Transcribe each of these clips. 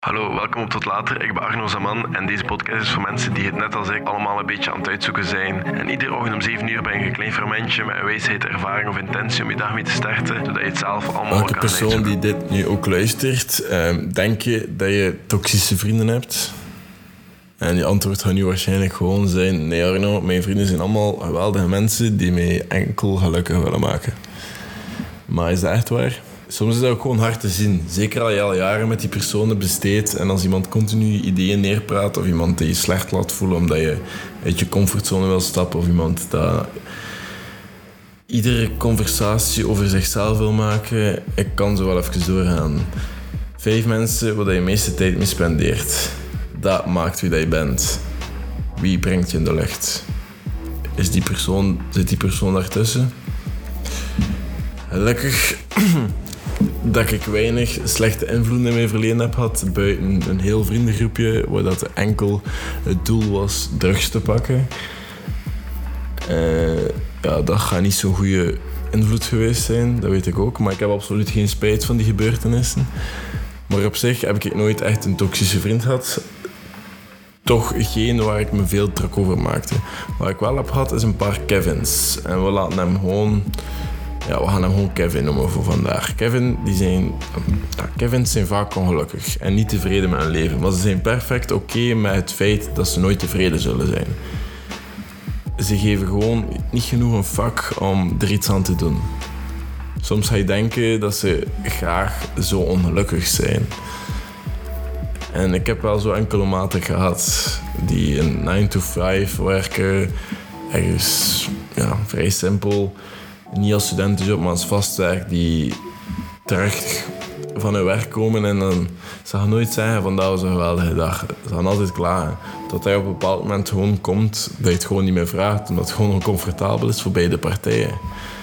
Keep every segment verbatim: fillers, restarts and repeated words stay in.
Hallo, welkom op Tot Later. Ik ben Arno Zaman en deze podcast is voor mensen die het net als ik allemaal een beetje aan het uitzoeken zijn. En iedere ochtend om zeven uur ben je een klein fermentje met een wijsheid, ervaring of intentie om je dag mee te starten, zodat je het zelf allemaal Welke kan persoon uitzoeken. die dit nu ook luistert, eh, denk je dat je toxische vrienden hebt? En je antwoord gaat nu waarschijnlijk gewoon zijn: nee Arno, mijn vrienden zijn allemaal geweldige mensen die mij enkel gelukkig willen maken. Maar is dat echt waar? Soms is dat ook gewoon hard te zien. Zeker als je al jaren met die personen besteedt en als iemand continu ideeën neerpraat of iemand die je slecht laat voelen omdat je uit je comfortzone wil stappen of iemand dat iedere conversatie over zichzelf wil maken. Ik kan zo wel even doorgaan. Vijf mensen waar je de meeste tijd mee spendeert. Dat maakt wie dat je bent. Wie brengt je in de lucht? Is die persoon, zit die persoon daartussen? Gelukkig dat ik weinig slechte invloeden in mijn verleden heb gehad, buiten een heel vriendengroepje waar dat enkel het doel was drugs te pakken. Uh, ja, dat gaat niet zo'n goede invloed geweest zijn, dat weet ik ook. Maar ik heb absoluut geen spijt van die gebeurtenissen. Maar op zich heb ik nooit echt een toxische vriend gehad. Toch geen waar ik me veel druk over maakte. Wat ik wel heb gehad is een paar Kevins. En we laten hem gewoon... Ja, we gaan hem gewoon Kevin noemen voor vandaag. Kevin, die zijn, ja, Kevins zijn vaak ongelukkig en niet tevreden met hun leven. Maar ze zijn perfect oké okay met het feit dat ze nooit tevreden zullen zijn. Ze geven gewoon niet genoeg een fuck om er iets aan te doen. Soms ga je denken dat ze graag zo ongelukkig zijn. En ik heb wel zo enkele maten gehad die een nine to five werken. Ergens, ja, vrij simpel. Niet als studentenjob, maar als vastwerk, die terecht van hun werk komen en dan ze gaan nooit zeggen van dat was een geweldige dag. Ze gaan altijd klagen. Tot hij op een bepaald moment gewoon komt dat je het gewoon niet meer vraagt, omdat het gewoon oncomfortabel is voor beide partijen.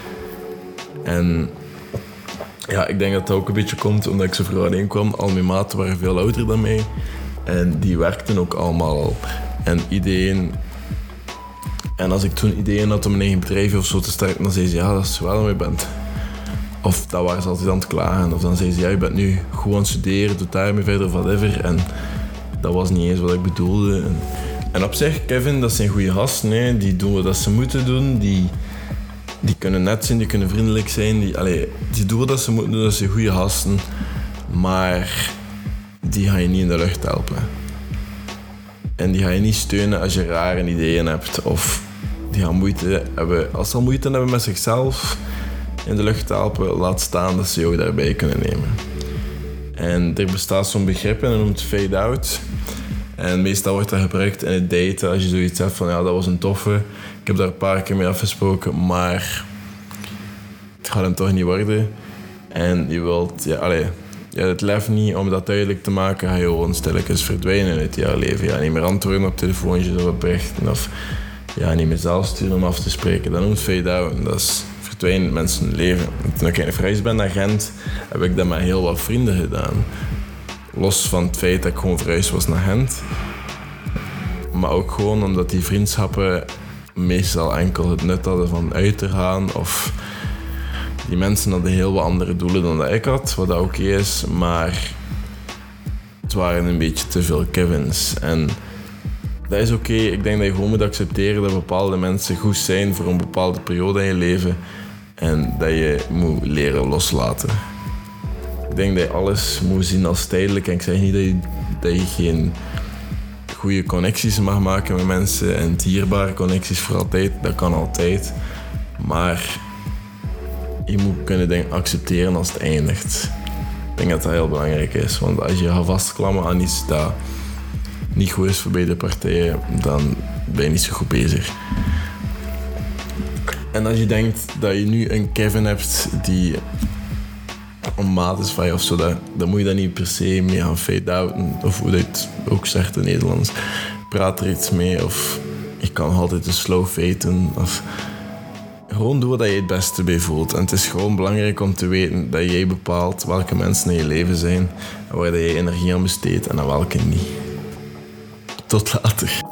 En ja, ik denk dat dat ook een beetje komt omdat ik zo vroeg alleen kwam. Al mijn maten waren veel ouder dan mij en die werkten ook allemaal al. En iedereen... En als ik toen ideeën had om een eigen bedrijfje of zo te starten, dan zei ze, ja, dat is wel waar je bent. Of dat waren ze altijd aan het klagen. Of dan zei ze, ja, je bent nu gewoon aan het studeren, doe daarmee verder of whatever. En dat was niet eens wat ik bedoelde. En, en op zich, Kevin, dat zijn goede gasten. Hè. Die doen wat ze moeten doen. Die, die kunnen net zijn, die kunnen vriendelijk zijn. Die, allee, die doen wat ze moeten doen, dat zijn goede gasten. Maar die ga je niet in de lucht helpen. En die ga je niet steunen als je rare ideeën hebt. Of die gaan moeite hebben. Als ze al moeite hebben met zichzelf in de lucht te helpen, laat staan dat ze jou daarbij kunnen nemen. En er bestaat zo'n begrip en dat noemt fade-out. En meestal wordt dat gebruikt in het daten. Als je zoiets hebt van, ja, dat was een toffe. Ik heb daar een paar keer mee afgesproken, maar het gaat hem toch niet worden. En je wilt, ja, allee, je hebt het lef niet om dat duidelijk te maken. Ga je gewoon stilletjes verdwijnen uit jouw leven. Ja, niet meer antwoorden op telefoontjes of op berichten. Of ja, niet meer zelf sturen om af te spreken. Dat noemt fade-out. Dat is verdwijnen in mensen leven. Toen ik verhuisd ben naar Gent, heb ik dat met heel wat vrienden gedaan. Los van het feit dat ik gewoon verhuisd was naar Gent. Maar ook gewoon omdat die vriendschappen meestal enkel het nut hadden van uit te gaan. Of die mensen hadden heel wat andere doelen dan dat ik had, wat dat oké is. Maar het waren een beetje te veel Kevins. En dat is oké. Ik denk dat je gewoon moet accepteren dat bepaalde mensen goed zijn voor een bepaalde periode in je leven. En dat je moet leren loslaten. Ik denk dat je alles moet zien als tijdelijk. En ik zeg niet dat je, dat je geen goede connecties mag maken met mensen. En dierbare connecties voor altijd. Dat kan altijd. Maar je moet kunnen dingen accepteren als het eindigt. Ik denk dat dat heel belangrijk is. Want als je gaat vastklammen aan iets dat niet goed is voor beide partijen, dan ben je niet zo goed bezig. En als je denkt dat je nu een Kevin hebt die een maat is van je of zo, dan, dan moet je dat niet per se mee gaan fade-outen. Of hoe dat je het ook zegt in Nederlands. Praat er iets mee of je kan altijd een slow faden. Of gewoon doe wat je het beste bij voelt. En het is gewoon belangrijk om te weten dat jij bepaalt welke mensen in je leven zijn en waar je energie aan besteedt en aan welke niet. Tot later.